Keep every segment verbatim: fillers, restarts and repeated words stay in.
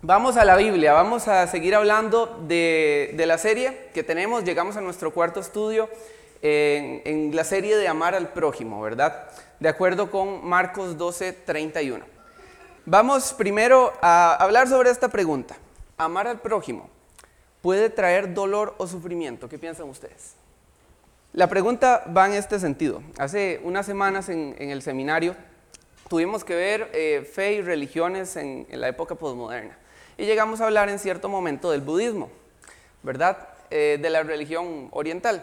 Vamos a la Biblia, vamos a seguir hablando de, de la serie que tenemos. Llegamos a nuestro cuarto estudio en, en la serie de amar al prójimo, ¿verdad? De acuerdo con Marcos doce, treinta y uno. Vamos primero a hablar sobre esta pregunta. ¿Amar al prójimo puede traer dolor o sufrimiento? ¿Qué piensan ustedes? La pregunta va en este sentido. Hace unas semanas en, en el seminario tuvimos que ver eh, fe y religiones en, en la época posmoderna. Y llegamos a hablar en cierto momento del budismo, ¿verdad? Eh, de la religión oriental.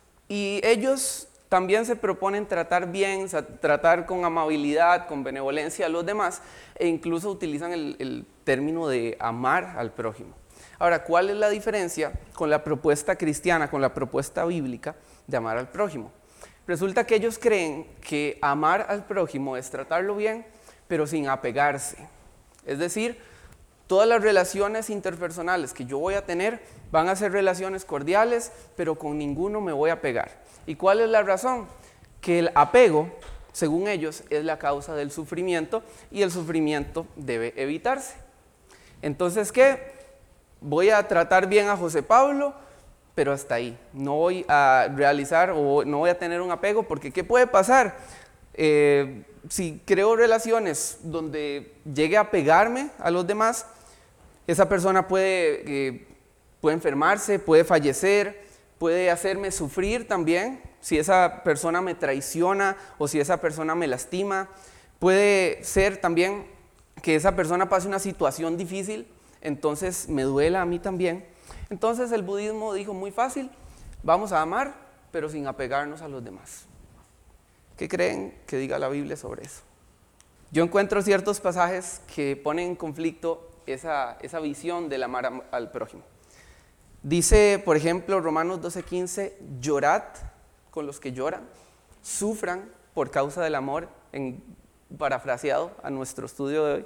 Y ellos también se proponen tratar bien, tratar con amabilidad, con benevolencia a los demás, e incluso utilizan el, el término de amar al prójimo. Ahora, ¿cuál es la diferencia con la propuesta cristiana, con la propuesta bíblica de amar al prójimo? Resulta que ellos creen que amar al prójimo es tratarlo bien, pero sin apegarse. Es decir, todas las relaciones interpersonales que yo voy a tener van a ser relaciones cordiales, pero con ninguno me voy a pegar. ¿Y cuál es la razón? Que el apego, según ellos, es la causa del sufrimiento y el sufrimiento debe evitarse. Entonces, ¿qué? Voy a tratar bien a José Pablo, pero hasta ahí. No voy a realizar o no voy a tener un apego, porque ¿qué puede pasar? Eh, si creo relaciones donde llegue a pegarme a los demás, esa persona puede, eh, puede enfermarse, puede fallecer, puede hacerme sufrir también. Si esa persona me traiciona o si esa persona me lastima, puede ser también que esa persona pase una situación difícil, entonces me duela a mí también. Entonces el budismo dijo muy fácil, vamos a amar, pero sin apegarnos a los demás. ¿Qué creen que diga la Biblia sobre eso? Yo encuentro ciertos pasajes que ponen en conflicto esa, esa visión del amar al prójimo. Dice, por ejemplo, Romanos doce, quince, llorad con los que lloran, sufran por causa del amor, en, parafraseado a nuestro estudio de hoy.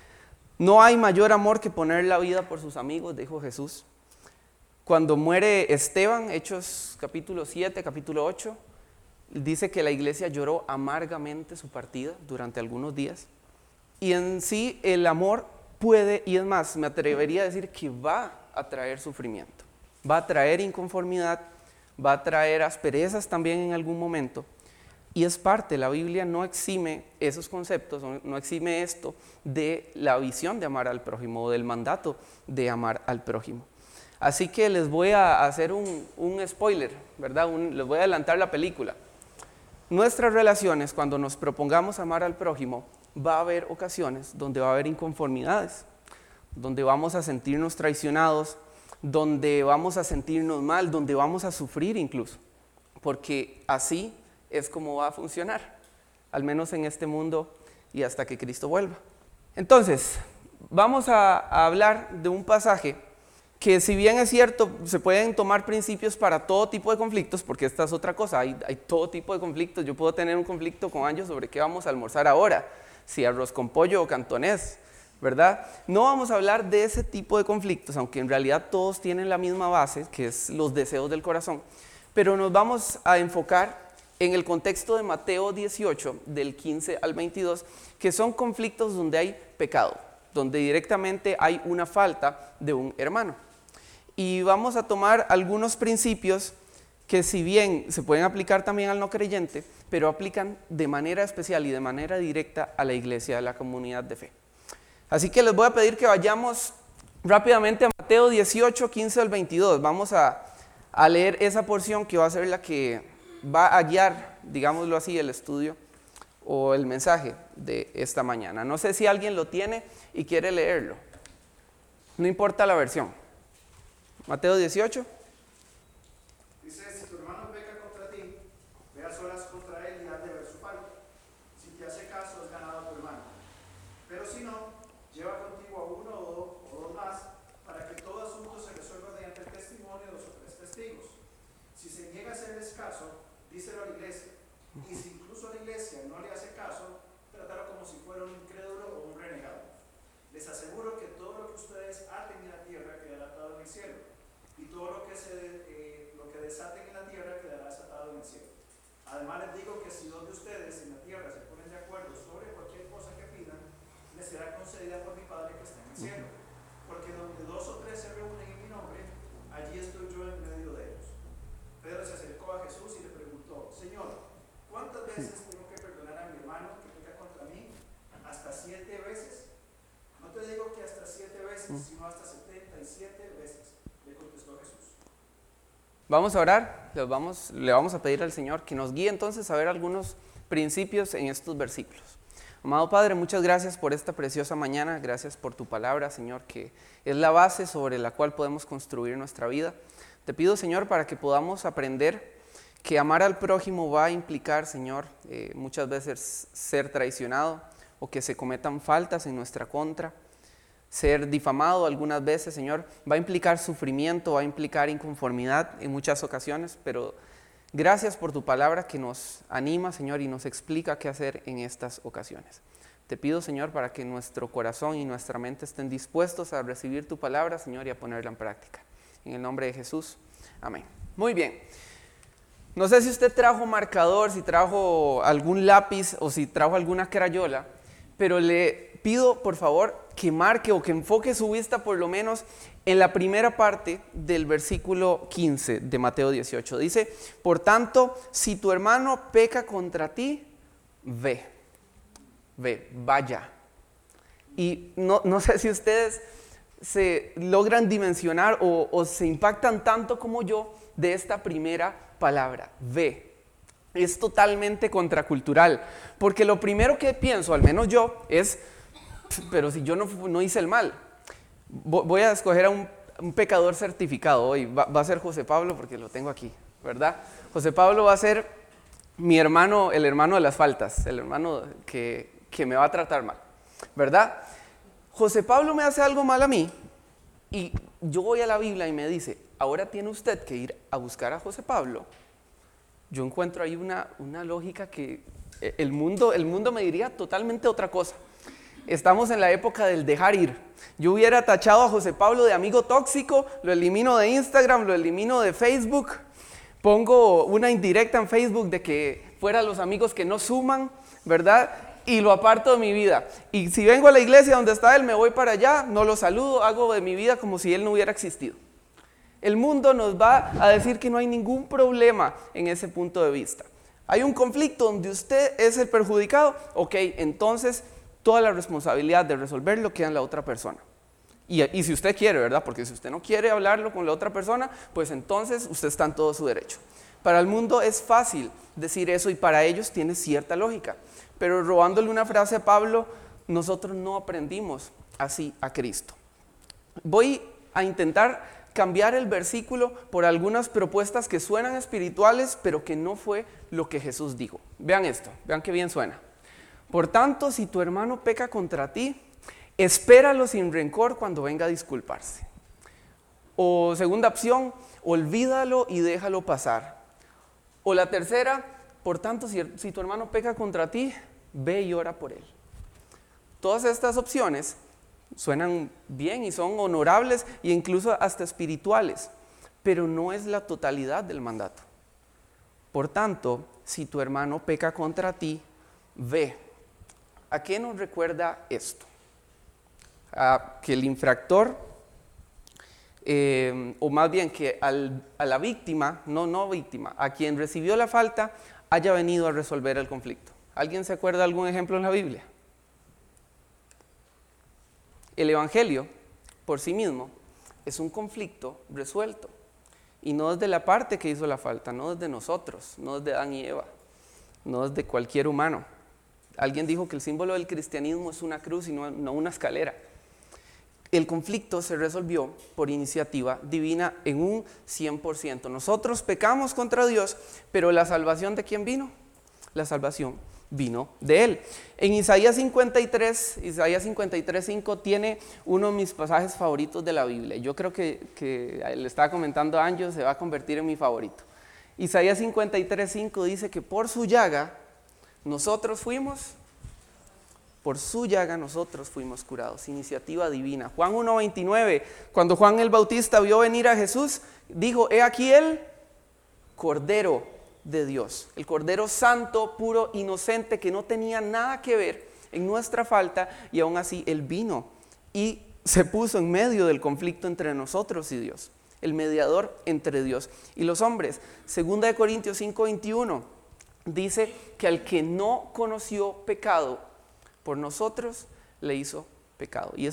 No hay mayor amor que poner la vida por sus amigos, dijo Jesús. Cuando muere Esteban, Hechos capítulo siete, capítulo ocho, dice que la iglesia lloró amargamente su partida durante algunos días. Y en sí el amor puede, y es más, me atrevería a decir que va a traer sufrimiento, va a traer inconformidad, va a traer asperezas también en algún momento. Y es parte, la Biblia no exime esos conceptos, no exime esto de la visión de amar al prójimo o del mandato de amar al prójimo. Así que les voy a hacer un, un spoiler, ¿verdad? Un, les voy a adelantar la película. Nuestras relaciones, cuando nos propongamos amar al prójimo, va a haber ocasiones donde va a haber inconformidades, donde vamos a sentirnos traicionados, donde vamos a sentirnos mal, donde vamos a sufrir incluso, porque así es como va a funcionar, al menos en este mundo y hasta que Cristo vuelva. Entonces, vamos a, a hablar de un pasaje que, si bien es cierto, se pueden tomar principios para todo tipo de conflictos, porque esta es otra cosa, hay, hay todo tipo de conflictos. Yo puedo tener un conflicto con Anjo sobre qué vamos a almorzar ahora, si arroz con pollo o cantonés, ¿verdad? No vamos a hablar de ese tipo de conflictos, aunque en realidad todos tienen la misma base, que es los deseos del corazón, pero nos vamos a enfocar en el contexto de Mateo dieciocho, del quince al veintidós, que son conflictos donde hay pecado, donde directamente hay una falta de un hermano. Y vamos a tomar algunos principios que, si bien se pueden aplicar también al no creyente, pero aplican de manera especial y de manera directa a la iglesia, a la comunidad de fe. Así que les voy a pedir que vayamos rápidamente a Mateo dieciocho, quince al veintidós. Vamos a, a leer esa porción que va a ser la que va a guiar, digámoslo así, el estudio o el mensaje de esta mañana. No sé si alguien lo tiene y quiere leerlo. No importa la versión. Mateo dieciocho. Dice, si tu hermano peca contra ti, ve a solas contra él y haz de ver su falta. Si te hace caso, has ganado a tu hermano. Pero si no, lleva contigo a uno o dos, o dos más, para que todo asunto se resuelva mediante el testimonio de dos o tres testigos. Si se niega a hacerles caso, díselo a la iglesia. Y si incluso la iglesia no le hace caso, trátalo como si fuera un incrédulo o un renegado. Les aseguro que todo lo que ustedes aten en la tierra quedará atado en el cielo, y todo lo que, se, eh, lo que desaten en la sino hasta setenta y siete veces, le contestó Jesús. Vamos a orar, le vamos, le vamos a pedir al Señor que nos guíe entonces a ver algunos principios en estos versículos. Amado Padre, muchas gracias por esta preciosa mañana, gracias por tu palabra, Señor, que es la base sobre la cual podemos construir nuestra vida. Te pido, Señor, para que podamos aprender que amar al prójimo va a implicar, Señor, eh, muchas veces ser traicionado o que se cometan faltas en nuestra contra, ser difamado algunas veces, Señor, va a implicar sufrimiento, va a implicar inconformidad en muchas ocasiones, pero gracias por tu palabra que nos anima, Señor, y nos explica qué hacer en estas ocasiones. Te pido, Señor, para que nuestro corazón y nuestra mente estén dispuestos a recibir tu palabra, Señor, y a ponerla en práctica. En el nombre de Jesús, amén. Muy bien. No sé si usted trajo marcador, si trajo algún lápiz o si trajo alguna crayola, pero le pido, por favor, que marque o que enfoque su vista por lo menos en la primera parte del versículo quince de Mateo dieciocho. Dice, por tanto, si tu hermano peca contra ti, ve, ve, vaya. Y no, no sé si ustedes se logran dimensionar o, o se impactan tanto como yo de esta primera palabra, ve. Es totalmente contracultural, porque lo primero que pienso, al menos yo, es, pero si yo no, no hice el mal. Voy a escoger a un, un pecador certificado hoy, va, va a ser José Pablo porque lo tengo aquí, ¿verdad? José Pablo va a ser mi hermano, el hermano de las faltas, el hermano que, que me va a tratar mal, ¿verdad? José Pablo me hace algo mal a mí y yo voy a la Biblia y me dice, ahora tiene usted que ir a buscar a José Pablo. Yo encuentro ahí una, una lógica que el mundo, el mundo me diría totalmente otra cosa. Estamos en la época del dejar ir. Yo hubiera tachado a José Pablo de amigo tóxico, lo elimino de Instagram, lo elimino de Facebook, pongo una indirecta en Facebook de que fuera los amigos que no suman, ¿verdad? Y lo aparto de mi vida. Y si vengo a la iglesia donde está él, me voy para allá, no lo saludo, hago de mi vida como si él no hubiera existido. El mundo nos va a decir que no hay ningún problema en ese punto de vista. Hay un conflicto donde usted es el perjudicado, ok, entonces toda la responsabilidad de resolverlo queda en la otra persona. Y, y si usted quiere, ¿verdad? Porque si usted no quiere hablarlo con la otra persona, pues entonces usted está en todo su derecho. Para el mundo es fácil decir eso y para ellos tiene cierta lógica. Pero robándole una frase a Pablo, nosotros no aprendimos así a Cristo. Voy a intentar cambiar el versículo por algunas propuestas que suenan espirituales, pero que no fue lo que Jesús dijo. Vean esto, vean qué bien suena. Por tanto, si tu hermano peca contra ti, espéralo sin rencor cuando venga a disculparse. O segunda opción, olvídalo y déjalo pasar. O la tercera, por tanto, si, si tu hermano peca contra ti, ve y ora por él. Todas estas opciones suenan bien y son honorables e incluso hasta espirituales, pero no es la totalidad del mandato. Por tanto, si tu hermano peca contra ti, ve. ¿A qué nos recuerda esto? A que el infractor, eh, o más bien que al, a la víctima, no, no víctima, a quien recibió la falta, haya venido a resolver el conflicto. ¿Alguien se acuerda de algún ejemplo en la Biblia? El Evangelio, por sí mismo, es un conflicto resuelto. Y no es de la parte que hizo la falta, no es de nosotros, no es de Adán y Eva, no es de cualquier humano. Alguien dijo que el símbolo del cristianismo es una cruz y no, no una escalera. El conflicto se resolvió por iniciativa divina en un cien por ciento. Nosotros pecamos contra Dios, pero la salvación ¿de quién vino? La salvación vino de Él. En Isaías cincuenta y tres, Isaías cincuenta y tres, cinco tiene uno de mis pasajes favoritos de la Biblia. Yo creo que, que le estaba comentando a Anjo, se va a convertir en mi favorito. Isaías cincuenta y tres, cinco dice que por su llaga nosotros fuimos, por su llaga nosotros fuimos curados, iniciativa divina. Juan uno veintinueve, cuando Juan el Bautista vio venir a Jesús, dijo, he aquí el Cordero de Dios, el Cordero santo, puro, inocente, que no tenía nada que ver en nuestra falta, y aún así Él vino y se puso en medio del conflicto entre nosotros y Dios, el mediador entre Dios y los hombres. Segunda de Corintios cinco veintiuno dice que al que no conoció pecado, por nosotros le hizo pecado. Y eso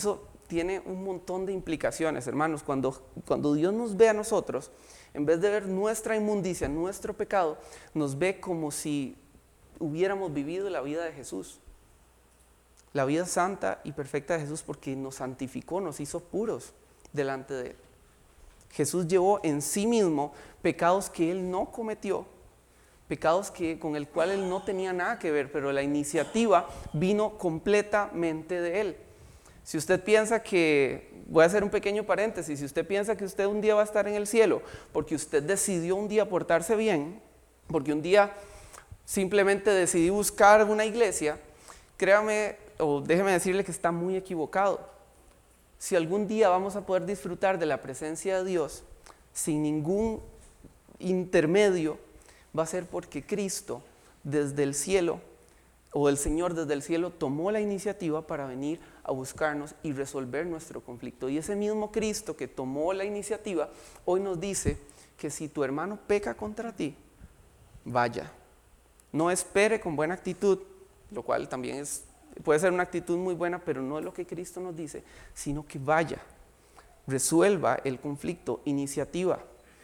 tiene un montón de implicaciones, hermanos. Cuando, cuando Dios nos ve a nosotros, en vez de ver nuestra inmundicia, nuestro pecado, nos ve como si hubiéramos vivido la vida de Jesús. La vida santa y perfecta de Jesús, porque nos santificó, nos hizo puros delante de Él. Jesús llevó en sí mismo pecados que Él no cometió, pecados que, con el cual Él no tenía nada que ver, pero la iniciativa vino completamente de Él. Si usted piensa que, voy a hacer un pequeño paréntesis, si usted piensa que usted un día va a estar en el cielo porque usted decidió un día portarse bien, porque un día simplemente decidí buscar una iglesia, créame o déjeme decirle que está muy equivocado. Si algún día vamos a poder disfrutar de la presencia de Dios sin ningún intermedio, va a ser porque Cristo desde el cielo, o el Señor desde el cielo, tomó la iniciativa para venir a buscarnos y resolver nuestro conflicto. Y ese mismo Cristo que tomó la iniciativa, hoy nos dice que si tu hermano peca contra ti, vaya. No espere con buena actitud, lo cual también es, puede ser una actitud muy buena, pero no es lo que Cristo nos dice, sino que vaya, resuelva el conflicto, iniciativa.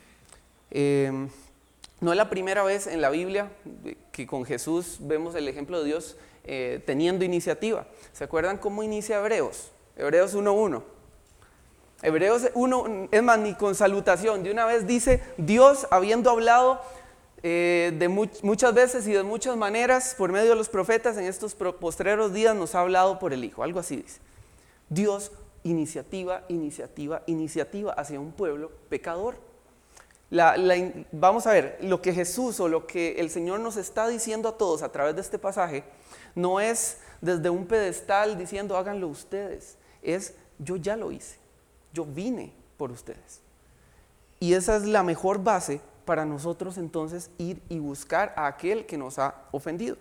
Eh, no es la primera vez en la Biblia que con Jesús vemos el ejemplo de Dios eh, teniendo iniciativa. ¿Se acuerdan cómo inicia Hebreos? Hebreos uno uno. Hebreos uno, es más, ni con salutación, de una vez dice, Dios habiendo hablado eh, de mu muchas veces y de muchas maneras por medio de los profetas en estos postreros días nos ha hablado por el Hijo, algo así dice. Dios, iniciativa, iniciativa, iniciativa hacia un pueblo pecador. La, la, vamos a ver, lo que Jesús o lo que el Señor nos está diciendo a todos a través de este pasaje no es desde un pedestal diciendo háganlo ustedes, es yo ya lo hice, yo vine por ustedes. Y esa es la mejor base para nosotros entonces ir y buscar a aquel que nos ha ofendido.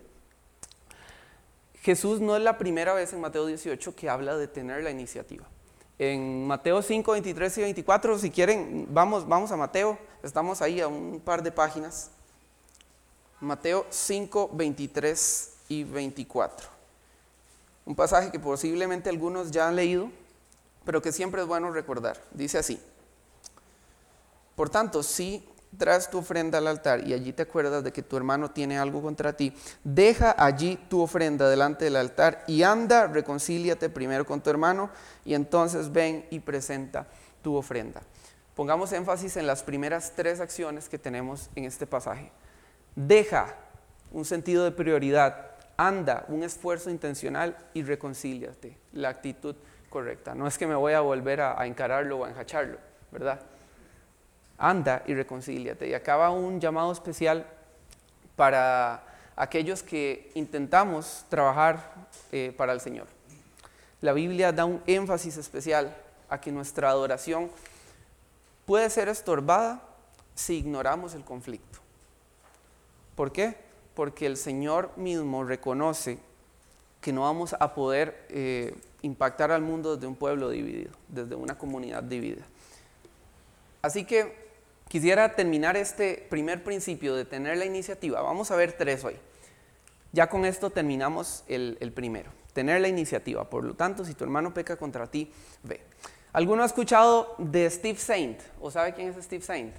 Jesús no es la primera vez en Mateo dieciocho que habla de tener la iniciativa. En Mateo cinco, veintitrés y veinticuatro, si quieren, vamos, vamos a Mateo, estamos ahí a un par de páginas. Mateo cinco, veintitrés y veinticuatro. Un pasaje que posiblemente algunos ya han leído, pero que siempre es bueno recordar. Dice así: por tanto, si traes tu ofrenda al altar y allí te acuerdas de que tu hermano tiene algo contra ti, deja allí tu ofrenda delante del altar y anda, reconcíliate primero con tu hermano y entonces ven y presenta tu ofrenda. Pongamos énfasis en las primeras tres acciones que tenemos en este pasaje. Deja, un sentido de prioridad. Anda, un esfuerzo intencional, y reconcíliate, la actitud correcta. No es que me voy a volver a, a encararlo o a enjacharlo, ¿verdad? Anda y reconcíliate. Y acaba un llamado especial para aquellos que intentamos trabajar eh, para el Señor. La Biblia da un énfasis especial a que nuestra adoración puede ser estorbada si ignoramos el conflicto. ¿Por qué? Porque el Señor mismo reconoce que no vamos a poder eh, impactar al mundo desde un pueblo dividido, desde una comunidad dividida. Así que quisiera terminar este primer principio de tener la iniciativa. Vamos a ver tres hoy. Ya con esto terminamos el, el primero, tener la iniciativa. Por lo tanto, si tu hermano peca contra ti, ve. ¿Alguno ha escuchado de Steve Saint? ¿O sabe quién es Steve Saint?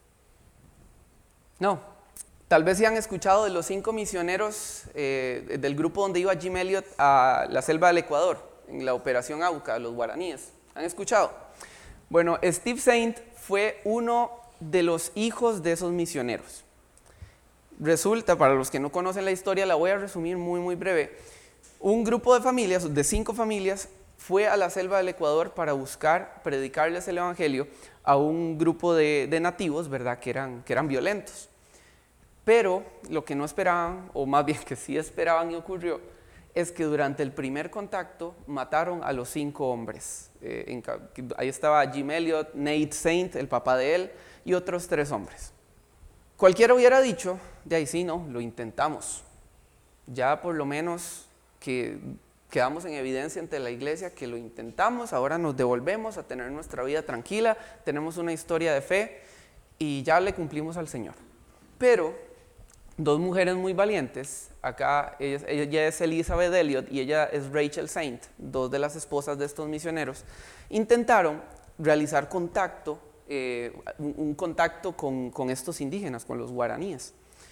No. Tal vez sí han escuchado de los cinco misioneros eh, del grupo donde iba Jim Elliot a la selva del Ecuador, en la operación AUCA, los guaraníes. ¿Han escuchado? Bueno, Steve Saint fue uno de los hijos de esos misioneros. Resulta, para los que no conocen la historia, la voy a resumir muy muy breve. Un grupo de familias, de cinco familias, fue a la selva del Ecuador para buscar predicarles el evangelio a un grupo de, de nativos, ¿verdad?, que eran, que eran violentos. Pero lo que no esperaban, o más bien que sí esperaban y ocurrió, es que durante el primer contacto mataron a los cinco hombres. Eh, en, ahí estaba Jim Elliot, Nate Saint, el papá de él, y otros tres hombres. Cualquiera hubiera dicho, de ahí sí, no, lo intentamos. Ya por lo menos que quedamos en evidencia ante la iglesia que lo intentamos, ahora nos devolvemos a tener nuestra vida tranquila, tenemos una historia de fe y ya le cumplimos al Señor. Pero dos mujeres muy valientes. Acá ella, ella es Elizabeth Elliot y ella es Rachel Saint, dos de las esposas de estos misioneros, intentaron realizar contacto, eh, un, un contacto con, con estos indígenas, con los guaraníes.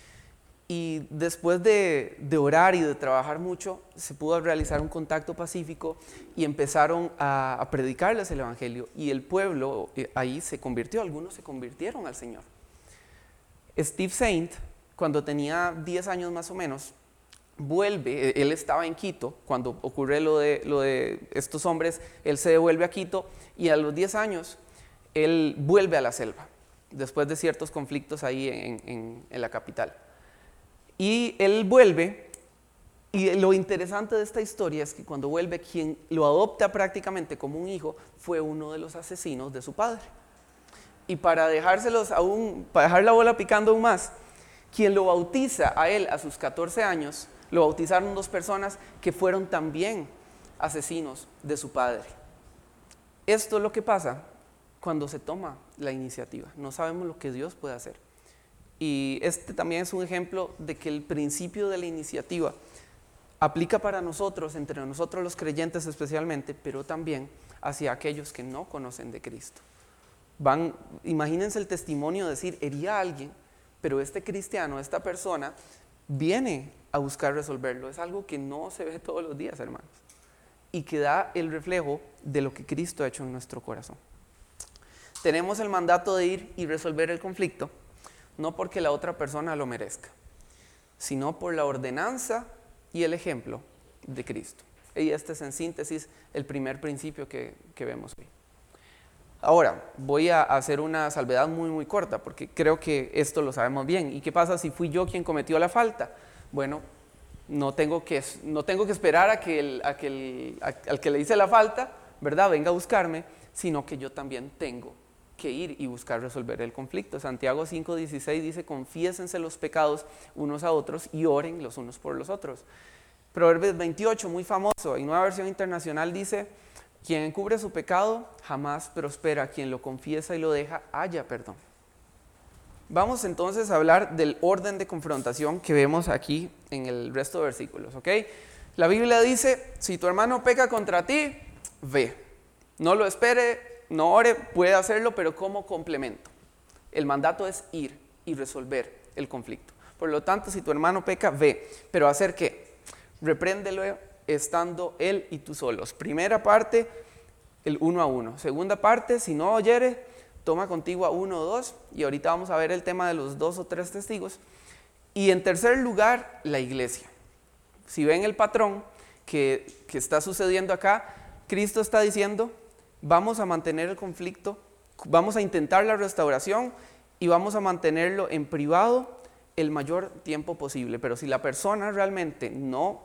Y después de, de orar y de trabajar mucho, se pudo realizar un contacto pacífico y empezaron a, a predicarles el evangelio. Y el pueblo eh, ahí se convirtió, algunos se convirtieron al Señor. Steve Saint, cuando tenía diez años más o menos, vuelve, él estaba en Quito, cuando ocurre lo de, lo de estos hombres, él se devuelve a Quito y a los diez años, él vuelve a la selva, después de ciertos conflictos ahí en, en, en la capital. Y él vuelve, y lo interesante de esta historia es que cuando vuelve, quien lo adopta prácticamente como un hijo fue uno de los asesinos de su padre. Y para dejárselos aún, para dejar la bola picando aún más, quien lo bautiza a él a sus catorce años, lo bautizaron dos personas que fueron también asesinos de su padre. Esto es lo que pasa cuando se toma la iniciativa. No sabemos lo que Dios puede hacer. Y este también es un ejemplo de que el principio de la iniciativa aplica para nosotros, entre nosotros los creyentes especialmente, pero también hacia aquellos que no conocen de Cristo. Van, imagínense el testimonio de decir, hería a alguien, pero este cristiano, esta persona, viene a buscar resolverlo. Es algo que no se ve todos los días, hermanos, y que da el reflejo de lo que Cristo ha hecho en nuestro corazón. Tenemos el mandato de ir y resolver el conflicto, no porque la otra persona lo merezca, sino por la ordenanza y el ejemplo de Cristo. Y este es en síntesis el primer principio que, que vemos hoy. Ahora, voy a hacer una salvedad muy muy corta, porque creo que esto lo sabemos bien. ¿Y qué pasa si fui yo quien cometió la falta? Bueno, no tengo que, no tengo que esperar a que, el, a que el, a, al que le hice la falta, ¿verdad?, venga a buscarme, sino que yo también tengo que ir y buscar resolver el conflicto. Santiago cinco dieciséis dice, confiésense los pecados unos a otros y oren los unos por los otros. Proverbios veintiocho, muy famoso, en Nueva Versión Internacional dice, quien encubre su pecado jamás prospera, quien lo confiesa y lo deja halla perdón. Vamos entonces a hablar del orden de confrontación que vemos aquí en el resto de versículos, ¿ok? La Biblia dice, si tu hermano peca contra ti, ve, no lo espere, no ore, puede hacerlo, pero como complemento. El mandato es ir y resolver el conflicto. Por lo tanto, si tu hermano peca, ve. ¿Pero hacer qué? Repréndelo estando él y tú solos. Primera parte, el uno a uno. Segunda parte, si no oyere, toma contigo a uno o dos. Y ahorita vamos a ver el tema de los dos o tres testigos. Y en tercer lugar, la iglesia. Si ven el patrón que, que está sucediendo acá, Cristo está diciendo, vamos a mantener el conflicto, vamos a intentar la restauración y vamos a mantenerlo en privado el mayor tiempo posible. Pero si la persona realmente no,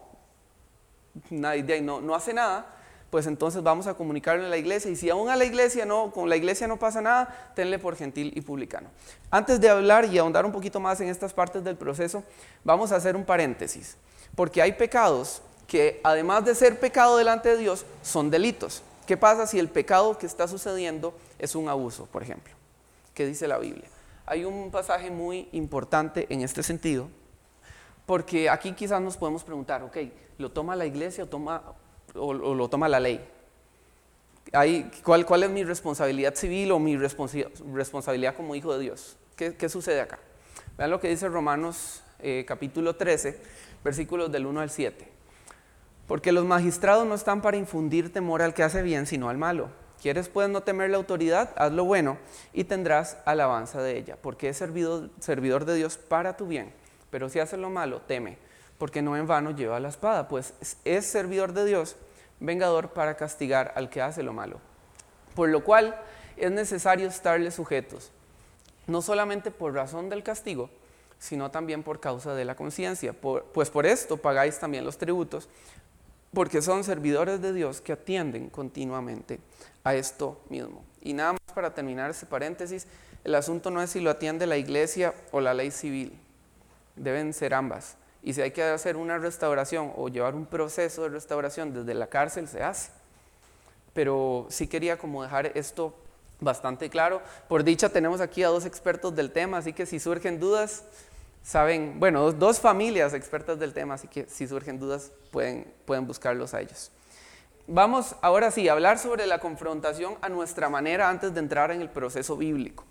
no, no hace nada, pues entonces vamos a comunicarlo a la iglesia. Y si aún a la iglesia no, con la iglesia no pasa nada, tenle por gentil y publicano. Antes de hablar y ahondar un poquito más en estas partes del proceso, vamos a hacer un paréntesis. Porque hay pecados que además de ser pecado delante de Dios, son delitos. ¿Qué pasa si el pecado que está sucediendo es un abuso, por ejemplo? ¿Qué dice la Biblia? Hay un pasaje muy importante en este sentido, porque aquí quizás nos podemos preguntar, ok, ¿lo toma la iglesia o, toma, o, o lo toma la ley? Hay, ¿cuál, ¿Cuál es mi responsabilidad civil o mi responsi- responsabilidad como hijo de Dios? ¿Qué, qué sucede acá? Vean lo que dice Romanos eh, capítulo trece, versículos del uno al siete. Porque los magistrados no están para infundir temor al que hace bien, sino al malo. ¿Quieres pues no temer la autoridad? Haz lo bueno y tendrás alabanza de ella, porque es servidor, servidor de Dios para tu bien. Pero si haces lo malo, teme, porque no en vano lleva la espada, pues es servidor de Dios, vengador para castigar al que hace lo malo. Por lo cual es necesario estarle sujetos, no solamente por razón del castigo, sino también por causa de la conciencia. Por, pues por esto pagáis también los tributos, porque son servidores de Dios que atienden continuamente a esto mismo. Y nada más para terminar este paréntesis, el asunto no es si lo atiende la iglesia o la ley civil, deben ser ambas. Y si hay que hacer una restauración o llevar un proceso de restauración desde la cárcel, se hace. Pero sí quería como dejar esto bastante claro. Por dicha tenemos aquí a dos expertos del tema, así que si surgen dudas, saben, bueno, dos, dos familias expertas del tema, así que si surgen dudas pueden, pueden buscarlos a ellos. Vamos ahora sí a hablar sobre la confrontación a nuestra manera antes de entrar en el proceso bíblico.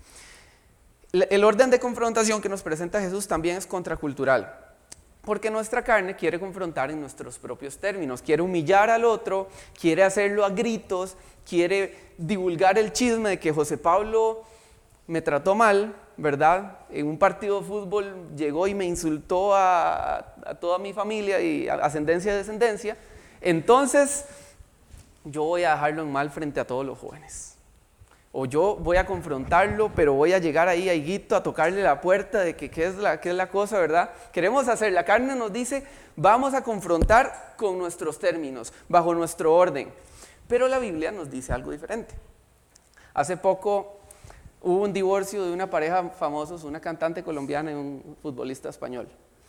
El orden de confrontación que nos presenta Jesús también es contracultural, porque nuestra carne quiere confrontar en nuestros propios términos, quiere humillar al otro, quiere hacerlo a gritos, quiere divulgar el chisme de que José Pablo me trató mal, ¿verdad? En un partido de fútbol llegó y me insultó a, a toda mi familia y a ascendencia y descendencia, entonces yo voy a dejarlo en mal frente a todos los jóvenes. O yo voy a confrontarlo, pero voy a llegar ahí a Higuito a tocarle la puerta de que qué es la, qué es la cosa, ¿verdad? Queremos hacer, la carne nos dice, vamos a confrontar con nuestros términos, bajo nuestro orden. Pero la Biblia nos dice algo diferente. Hace poco hubo un divorcio de una pareja famosos, una cantante colombiana y un futbolista español.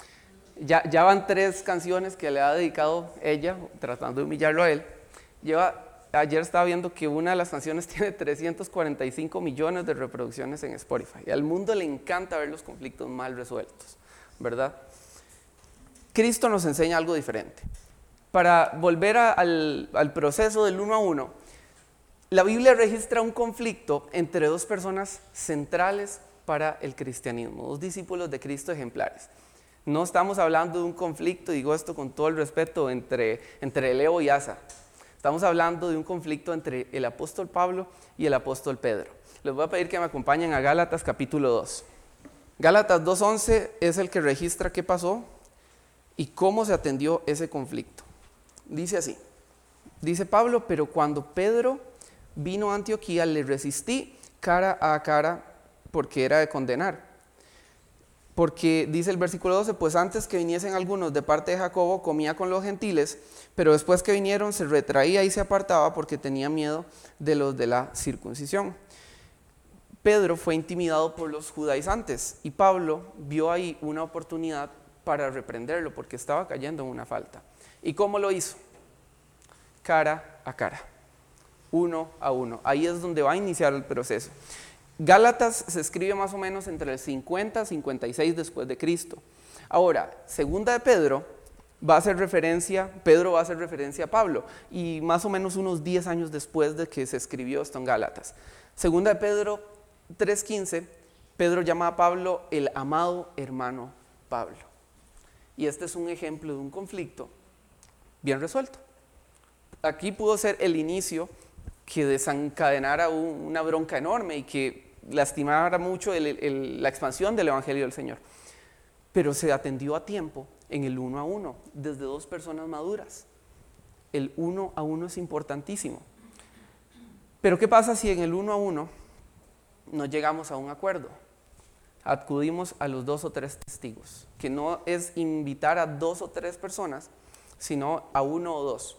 Ya, ya van tres canciones que le ha dedicado ella, tratando de humillarlo a él. Lleva... Ayer estaba viendo que una de las canciones tiene trescientos cuarenta y cinco millones de reproducciones en Spotify. Y al mundo le encanta ver los conflictos mal resueltos, ¿verdad? Cristo nos enseña algo diferente. Para volver a, al, al proceso del uno a uno, la Biblia registra un conflicto entre dos personas centrales para el cristianismo, dos discípulos de Cristo ejemplares. No estamos hablando de un conflicto, digo esto con todo el respeto, entre, entre Leo y Asa. Estamos hablando de un conflicto entre el apóstol Pablo y el apóstol Pedro. Les voy a pedir que me acompañen a Gálatas capítulo dos. Gálatas dos once es el que registra qué pasó y cómo se atendió ese conflicto. Dice así, dice Pablo, pero cuando Pedro vino a Antioquía le resistí cara a cara porque era de condenar. Porque dice el versículo doce, pues antes que viniesen algunos de parte de Jacobo comía con los gentiles, pero después que vinieron se retraía y se apartaba porque tenía miedo de los de la circuncisión. Pedro fue intimidado por los judaizantes y Pablo vio ahí una oportunidad para reprenderlo porque estaba cayendo en una falta. ¿Y cómo lo hizo? Cara a cara, uno a uno. Ahí es donde va a iniciar el proceso. Gálatas se escribe más o menos entre el cincuenta y cincuenta y seis después de Cristo. Ahora, segunda de Pedro va a hacer referencia, Pedro va a hacer referencia a Pablo, y más o menos unos diez años después de que se escribió esto en Gálatas. Segunda de Pedro tres quince, Pedro llama a Pablo el amado hermano Pablo. Y este es un ejemplo de un conflicto bien resuelto. Aquí pudo ser el inicio que desencadenara un, una bronca enorme y que lastimara mucho el, el, la expansión del Evangelio del Señor. Pero se atendió a tiempo en el uno a uno, desde dos personas maduras. El uno a uno es importantísimo. Pero ¿qué pasa si en el uno a uno no llegamos a un acuerdo? Acudimos a los dos o tres testigos, que no es invitar a dos o tres personas, sino a uno o dos.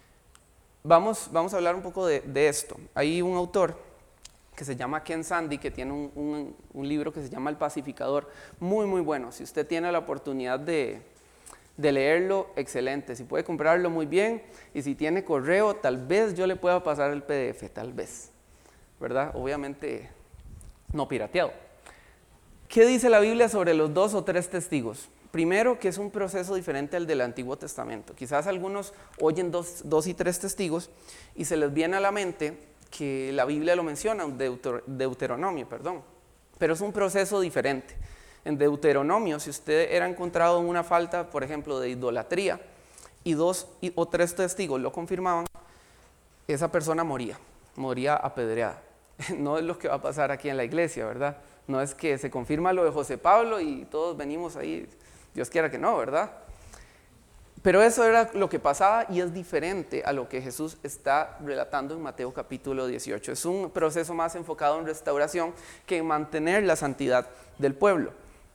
Vamos, vamos a hablar un poco de, de esto. Hay un autor que se llama Ken Sande, que tiene un, un, un libro que se llama El Pacificador, muy muy bueno. Si usted tiene la oportunidad de, de leerlo, excelente. Si puede comprarlo, muy bien. Y si tiene correo, tal vez yo le pueda pasar el P D F, tal vez, ¿verdad? Obviamente no pirateado. ¿Qué dice la Biblia sobre los dos o tres testigos? Primero, que es un proceso diferente al del Antiguo Testamento. Quizás algunos oyen dos, dos y tres testigos y se les viene a la mente que la Biblia lo menciona, Deuter, Deuteronomio, perdón. Pero es un proceso diferente. En Deuteronomio, si usted era encontrado en una falta, por ejemplo, de idolatría, y dos y, o tres testigos lo confirmaban, esa persona moría, moría apedreada. No es lo que va a pasar aquí en la iglesia, ¿verdad? No es que se confirma lo de José Pablo y todos venimos ahí, Dios quiera que no, ¿verdad? Pero eso era lo que pasaba y es diferente a lo que Jesús está relatando en Mateo capítulo dieciocho. Es un proceso más enfocado en restauración que en mantener la santidad del pueblo.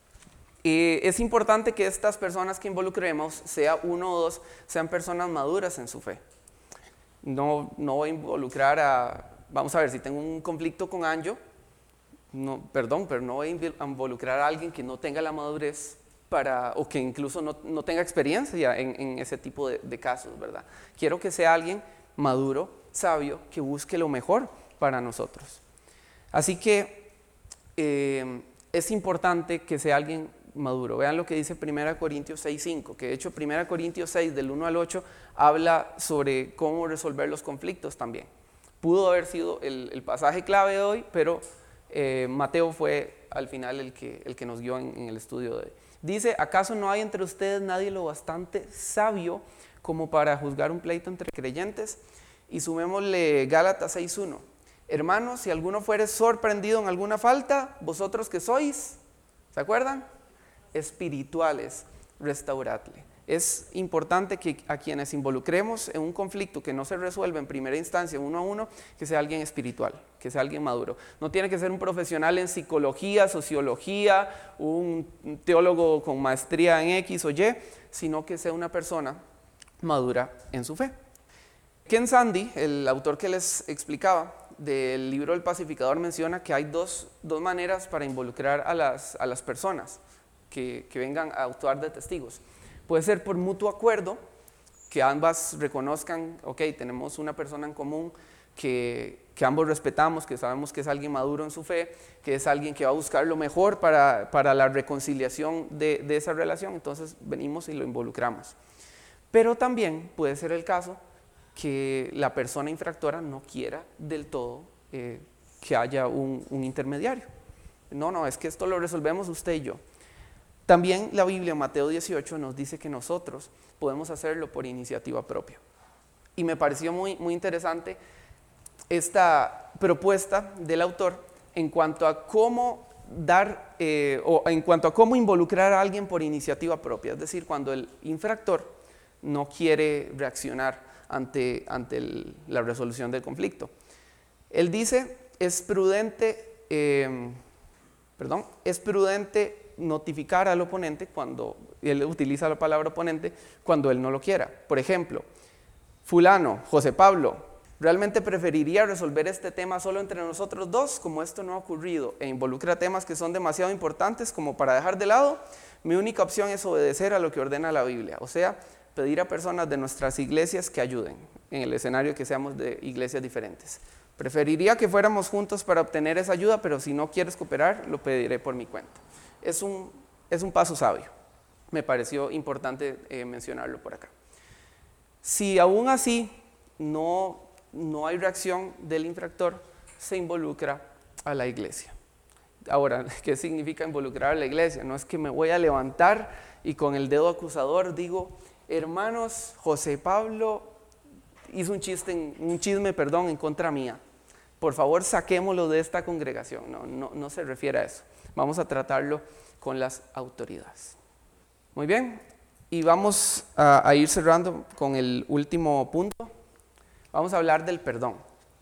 Y es importante que estas personas que involucremos, sea uno o dos, sean personas maduras en su fe. No, no voy a involucrar a, vamos a ver, si tengo un conflicto con Anjo, no, perdón, pero no voy a involucrar a alguien que no tenga la madurez para, o que incluso no, no tenga experiencia en, en ese tipo de, de casos, ¿verdad? Quiero que sea alguien maduro, sabio, que busque lo mejor para nosotros. Así que eh, es importante que sea alguien maduro. Vean lo que dice primera Corintios seis cinco, que de hecho primera Corintios seis del uno al ocho habla sobre cómo resolver los conflictos también. Pudo haber sido el, el pasaje clave de hoy, pero eh, Mateo fue al final el que, el que nos guió en, en el estudio de hoy. Dice, ¿acaso no hay entre ustedes nadie lo bastante sabio como para juzgar un pleito entre creyentes? Y sumémosle Gálatas seis uno. Hermanos, si alguno fuere sorprendido en alguna falta, vosotros que sois, ¿se acuerdan? Espirituales, restauradle. Es importante que a quienes involucremos en un conflicto que no se resuelve en primera instancia uno a uno, que sea alguien espiritual, que sea alguien maduro. No tiene que ser un profesional en psicología, sociología, un teólogo con maestría en X o Y, sino que sea una persona madura en su fe. Ken Sande, el autor que les explicaba del libro El Pacificador, menciona que hay dos, dos maneras para involucrar a las, a las personas que, que vengan a actuar de testigos. Puede ser por mutuo acuerdo, que ambas reconozcan, ok, tenemos una persona en común que, que ambos respetamos, que sabemos que es alguien maduro en su fe, que es alguien que va a buscar lo mejor para, para la reconciliación de, de esa relación, entonces venimos y lo involucramos. Pero también puede ser el caso que la persona infractora no quiera del todo eh, que haya un, un intermediario. No, no, es que esto lo resolvemos usted y yo. También la Biblia, Mateo dieciocho, nos dice que nosotros podemos hacerlo por iniciativa propia. Y me pareció muy, muy interesante esta propuesta del autor en cuanto a cómo dar, eh, o en cuanto a cómo involucrar a alguien por iniciativa propia. Es decir, cuando el infractor no quiere reaccionar ante, ante el, la resolución del conflicto. Él dice, es prudente, eh, perdón, es prudente notificar al oponente cuando, él utiliza la palabra oponente, cuando él no lo quiera. Por ejemplo, fulano, José Pablo, realmente preferiría resolver este tema solo entre nosotros dos, como esto no ha ocurrido, e involucra temas que son demasiado importantes como para dejar de lado. Mi única opción es obedecer a lo que ordena la Biblia, o sea, pedir a personas de nuestras iglesias que ayuden en el escenario que seamos de iglesias diferentes. Preferiría que fuéramos juntos para obtener esa ayuda, pero si no quieres cooperar, lo pediré por mi cuenta. Es un, es un paso sabio. Me pareció importante eh, mencionarlo por acá. Si aún así no, no hay reacción del infractor, se involucra a la iglesia. Ahora, ¿qué significa involucrar a la iglesia? No es que me voy a levantar y con el dedo acusador digo, hermanos, José Pablo hizo un, chiste, un chisme perdón, en contra mía. Por favor, saquémoslo de esta congregación. No, no, no se refiere a eso. Vamos a tratarlo con las autoridades. Muy bien, y vamos a, a ir cerrando con el último punto. Vamos a hablar del perdón.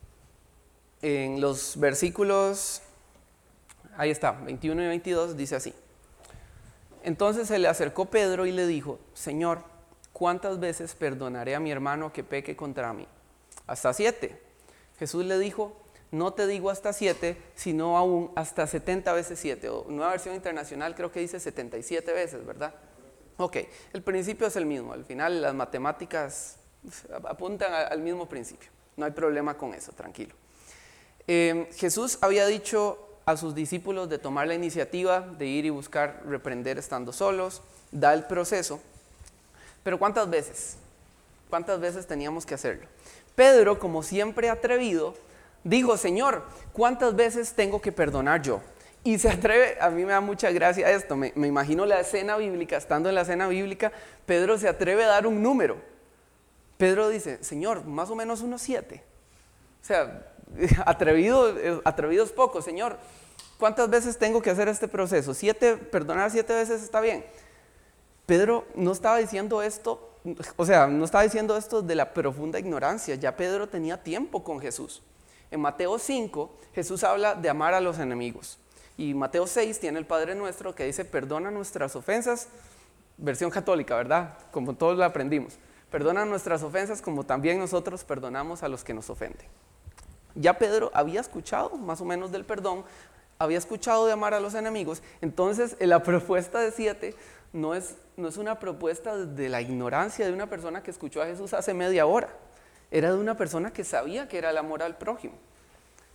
En los versículos, ahí está, veintiuno y veintidós, dice así. Entonces se le acercó Pedro y le dijo, Señor, ¿cuántas veces perdonaré a mi hermano que peque contra mí? Hasta siete. Jesús le dijo, no te digo hasta siete, sino aún hasta setenta veces siete. O Nueva Versión Internacional creo que dice setenta y siete veces, ¿verdad? Ok, el principio es el mismo. Al final las matemáticas apuntan al mismo principio. No hay problema con eso, tranquilo. Eh, Jesús había dicho a sus discípulos de tomar la iniciativa de ir y buscar reprender estando solos, da el proceso. Pero ¿cuántas veces? ¿Cuántas veces teníamos que hacerlo? Pedro, como siempre atrevido, dijo, Señor, ¿cuántas veces tengo que perdonar yo? Y se atreve, a mí me da mucha gracia esto, me, me imagino la escena bíblica, estando en la escena bíblica, Pedro se atreve a dar un número. Pedro dice, Señor, más o menos unos siete. O sea, atrevido, atrevido es poco, Señor, ¿cuántas veces tengo que hacer este proceso? Siete, perdonar siete veces está bien. Pedro no estaba diciendo esto, o sea, no estaba diciendo esto de la profunda ignorancia, ya Pedro tenía tiempo con Jesús. En Mateo cinco, Jesús habla de amar a los enemigos. Y Mateo seis tiene el Padre Nuestro que dice, perdona nuestras ofensas, versión católica, ¿verdad? Como todos lo aprendimos. Perdona nuestras ofensas como también nosotros perdonamos a los que nos ofenden. Ya Pedro había escuchado más o menos del perdón, había escuchado de amar a los enemigos, entonces la propuesta de siete no es, no es una propuesta de la ignorancia de una persona que escuchó a Jesús hace media hora, era de una persona que sabía que era el amor al prójimo.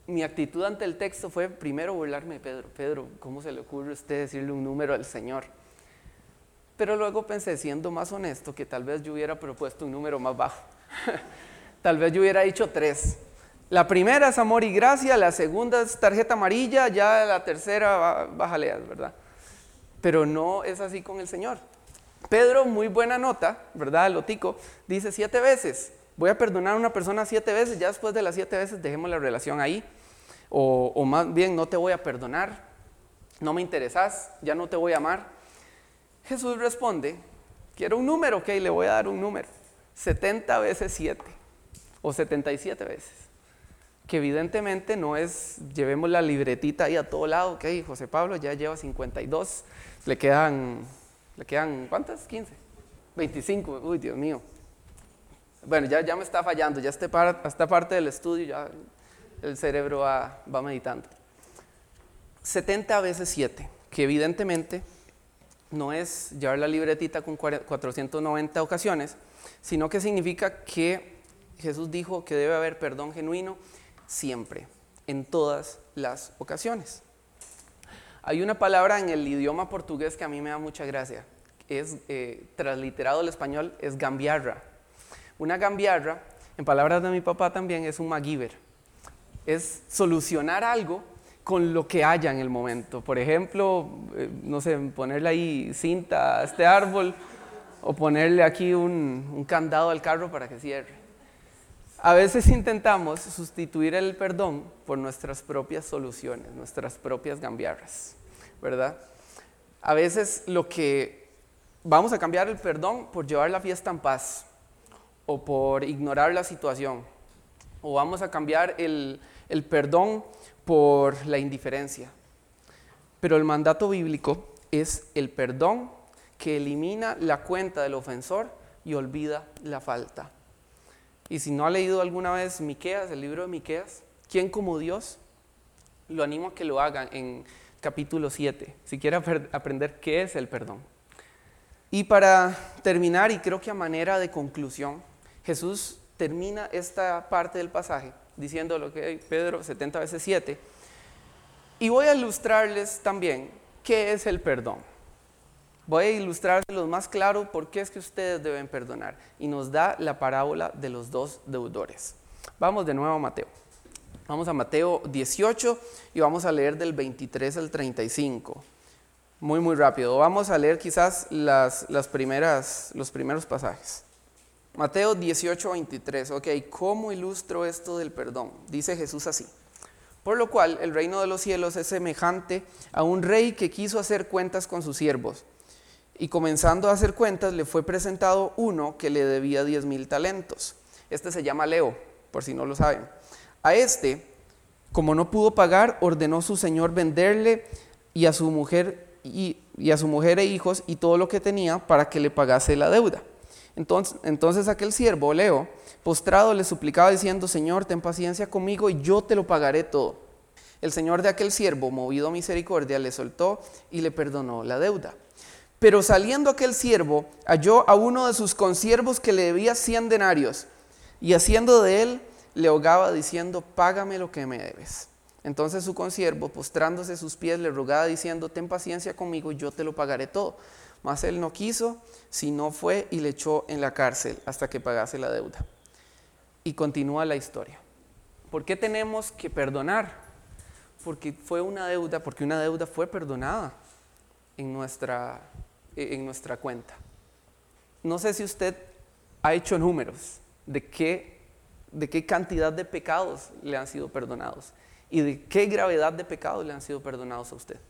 mi actitud ante el texto fue primero burlarme de Pedro. Pedro, ¿cómo se le ocurre a usted decirle un número al Señor? Pero luego pensé, siendo más honesto, que tal vez yo hubiera propuesto un número más bajo. Tal vez yo hubiera dicho tres. La primera es amor y gracia, la segunda es tarjeta amarilla, ya la tercera bájaleas, ¿verdad? Pero no es así con el Señor. Pedro, muy buena nota, ¿verdad? Lotico, dice siete veces. Voy a perdonar a una persona siete veces, ya después de las siete veces dejemos la relación ahí. O, o más bien, no te voy a perdonar, no me interesas, ya no te voy a amar. Jesús responde, quiero un número, ok, le voy a dar un número. setenta veces siete, o setenta y siete veces. Que evidentemente no es, llevemos la libretita ahí a todo lado, ok, José Pablo ya lleva cincuenta y dos, le quedan, le quedan, ¿cuántas? quince, veinticinco, uy, Dios mío. Bueno, ya, ya me está fallando, ya esta parte, esta parte del estudio, ya el cerebro va, va meditando. setenta veces siete, que evidentemente no es llevar la libretita con cuatrocientas noventa ocasiones, sino que significa que Jesús dijo que debe haber perdón genuino siempre, en todas las ocasiones. Hay una palabra en el idioma portugués que a mí me da mucha gracia, es eh, transliterado al español, es gambiarra. Una gambiarra, en palabras de mi papá también, es un MacGyver. Es solucionar algo con lo que haya en el momento. Por ejemplo, eh, no sé, ponerle ahí cinta a este árbol o ponerle aquí un, un candado al carro para que cierre. A veces intentamos sustituir el perdón por nuestras propias soluciones, nuestras propias gambiarras, ¿verdad? A veces lo que vamos a cambiar el perdón por llevar la fiesta en paz o por ignorar la situación, o vamos a cambiar el, el perdón por la indiferencia. Pero el mandato bíblico es el perdón que elimina la cuenta del ofensor y olvida la falta. Y si no ha leído alguna vez Miqueas, el libro de Miqueas, ¿quién como Dios? Lo animo a que lo hagan en capítulo siete, si quiere aprender qué es el perdón. Y para terminar, y creo que a manera de conclusión, Jesús termina esta parte del pasaje diciendo lo que Pedro, setenta veces siete, y voy a ilustrarles también qué es el perdón. Voy a ilustrárselos más claro por qué es que ustedes deben perdonar. Y nos da la parábola de los dos deudores. Vamos de nuevo a Mateo. Vamos a Mateo dieciocho y vamos a leer del veintitrés al treinta y cinco. Muy, muy rápido. Vamos a leer quizás las, las primeras, los primeros pasajes. Mateo dieciocho, veintitrés. Ok, ¿cómo ilustro esto del perdón? Dice Jesús así. Por lo cual, el reino de los cielos es semejante a un rey que quiso hacer cuentas con sus siervos. Y comenzando a hacer cuentas, le fue presentado uno que le debía diez mil talentos. Este se llama Leo, por si no lo saben. A este, como no pudo pagar, ordenó su señor venderle y a su mujer y, y a su mujer e hijos y todo lo que tenía para que le pagase la deuda. Entonces, entonces aquel siervo, Leo, postrado le suplicaba diciendo: Señor, ten paciencia conmigo y yo te lo pagaré todo. El señor de aquel siervo, movido a misericordia, le soltó y le perdonó la deuda. Pero saliendo aquel siervo, halló a uno de sus consiervos que le debía cien denarios, y haciendo de él, le ahogaba diciendo: págame lo que me debes. Entonces su consiervo, postrándose a sus pies, le rogaba diciendo: ten paciencia conmigo, yo te lo pagaré todo. Mas él no quiso, sino fue y le echó en la cárcel hasta que pagase la deuda. Y continúa la historia. ¿Por qué tenemos que perdonar? Porque fue una deuda, porque una deuda fue perdonada en nuestra en nuestra cuenta. No sé si usted ha hecho números de qué, de qué cantidad de pecados le han sido perdonados y de qué gravedad de pecados le han sido perdonados a usted.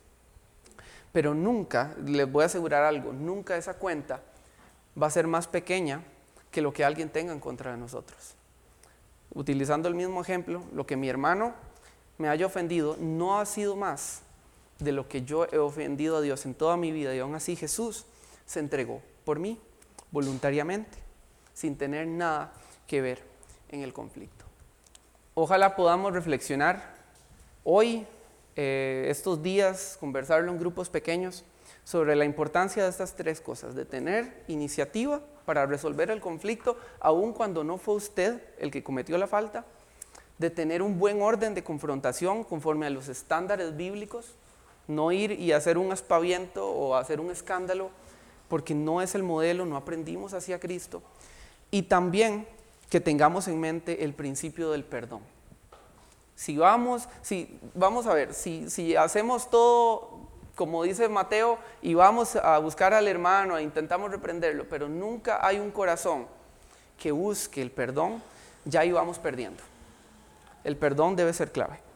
Pero nunca, les voy a asegurar algo, nunca esa cuenta va a ser más pequeña que lo que alguien tenga en contra de nosotros. Utilizando el mismo ejemplo, lo que mi hermano me haya ofendido no ha sido más de lo que yo he ofendido a Dios en toda mi vida, y aún así Jesús se entregó por mí voluntariamente, sin tener nada que ver en el conflicto. Ojalá podamos reflexionar hoy, eh, estos días, conversarlo en grupos pequeños sobre la importancia de estas tres cosas, de tener iniciativa para resolver el conflicto, aun cuando no fue usted el que cometió la falta, de tener un buen orden de confrontación conforme a los estándares bíblicos, no ir y hacer un aspaviento o hacer un escándalo, porque no es el modelo, no aprendimos hacia Cristo. Y también que tengamos en mente el principio del perdón. Si vamos, si, vamos a ver, si, si hacemos todo como dice Mateo y vamos a buscar al hermano e intentamos reprenderlo, pero nunca hay un corazón que busque el perdón, ya íbamos perdiendo. El perdón debe ser clave.